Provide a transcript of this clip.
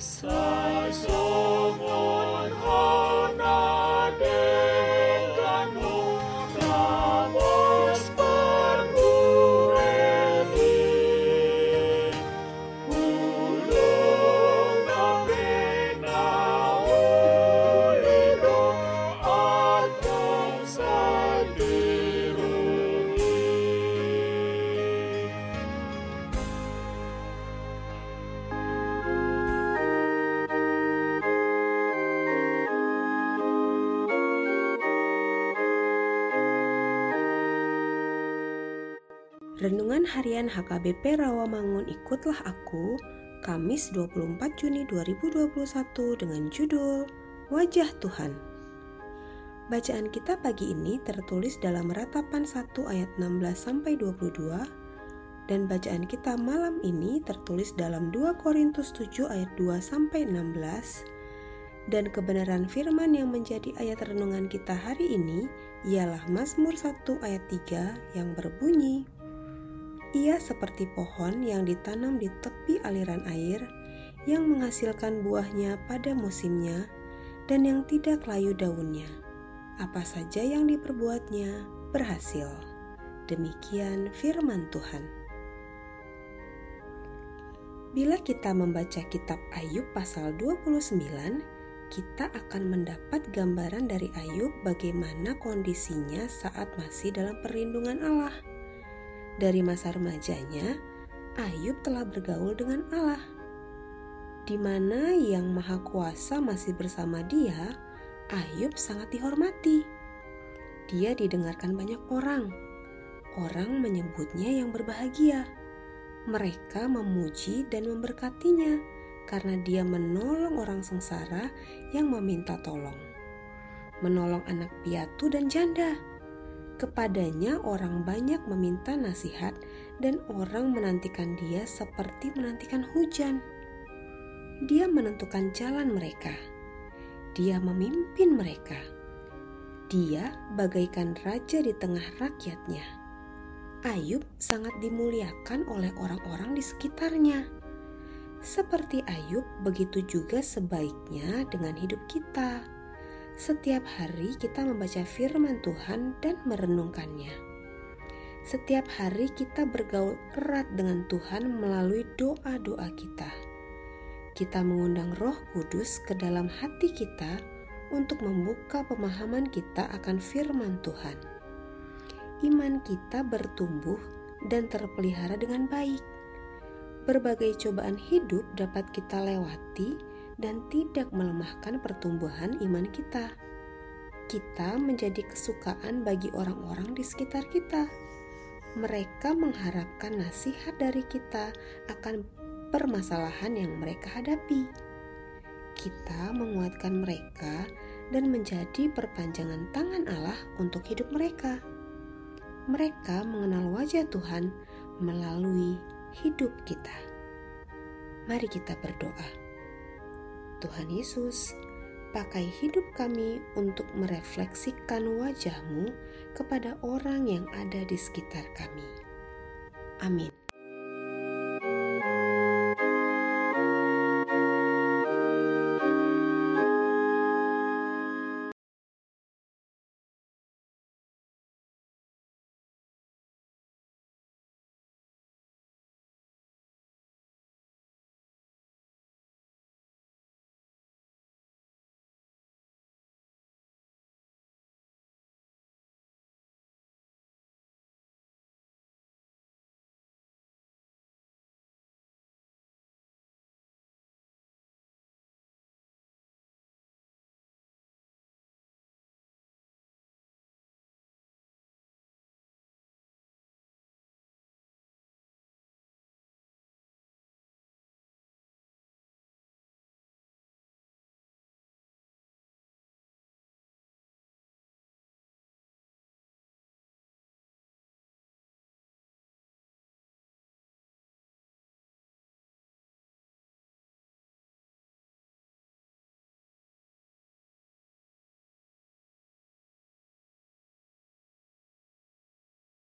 Sasomon hana denganmu, ramos perbueni. Ulung napena ulido atong sadirungi. Renungan Harian HKBP Rawamangun Ikutlah Aku, Kamis 24 Juni 2021 dengan judul Wajah Tuhan. Bacaan kita pagi ini tertulis dalam Ratapan 1 ayat 16-22 dan bacaan kita malam ini tertulis dalam 2 Korintus 7 ayat 2-16 dan kebenaran firman yang menjadi ayat renungan kita hari ini ialah Mazmur 1 ayat 3 yang berbunyi, Ia seperti pohon yang ditanam di tepi aliran air, yang menghasilkan buahnya pada musimnya, dan yang tidak layu daunnya. Apa saja yang diperbuatnya berhasil. Demikian firman Tuhan. Bila kita membaca kitab Ayub pasal 29, kita akan mendapat gambaran dari Ayub bagaimana kondisinya saat masih dalam perlindungan Allah. Dari masa remajanya, Ayub telah bergaul dengan Allah, di mana Yang Maha Kuasa masih bersama dia. Ayub sangat dihormati. Dia didengarkan banyak orang. Orang menyebutnya yang berbahagia. Mereka memuji dan memberkatinya karena dia menolong orang sengsara yang meminta tolong, menolong anak piatu dan janda. Kepadanya orang banyak meminta nasihat dan orang menantikan dia seperti menantikan hujan. Dia menentukan jalan mereka. Dia memimpin mereka. Dia bagaikan raja di tengah rakyatnya. Ayub sangat dimuliakan oleh orang-orang di sekitarnya. Seperti Ayub, begitu juga sebaiknya dengan hidup kita. Setiap hari kita membaca firman Tuhan dan merenungkannya. Setiap hari kita bergaul erat dengan Tuhan melalui doa-doa kita. Kita mengundang Roh Kudus ke dalam hati kita untuk membuka pemahaman kita akan firman Tuhan. Iman kita bertumbuh dan terpelihara dengan baik. Berbagai cobaan hidup dapat kita lewati dan tidak melemahkan pertumbuhan iman kita. Kita menjadi kesukaan bagi orang-orang di sekitar kita. Mereka mengharapkan nasihat dari kita akan permasalahan yang mereka hadapi. Kita menguatkan mereka dan menjadi perpanjangan tangan Allah untuk hidup mereka. Mereka mengenal wajah Tuhan melalui hidup kita. Mari kita berdoa. Tuhan Yesus, pakai hidup kami untuk merefleksikan wajah-Mu kepada orang yang ada di sekitar kami. Amin.